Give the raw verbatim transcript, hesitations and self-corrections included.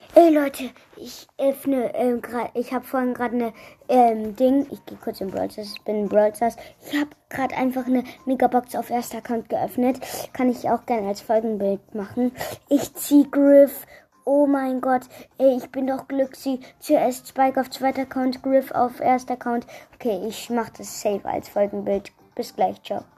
Ey Leute, ich öffne, ähm, grad, ich habe vorhin gerade eine ähm, Ding, ich gehe kurz in Brawl Stars, ich bin in Brawl Stars, ich habe gerade einfach eine Megabox auf erster Account geöffnet, kann ich auch gerne als Folgenbild machen. Ich zieh Griff, oh mein Gott, ey, ich bin doch Glücksi, zuerst Spike auf zweiter Account, Griff auf erster Account. Okay, ich mache das safe als Folgenbild, bis gleich, ciao.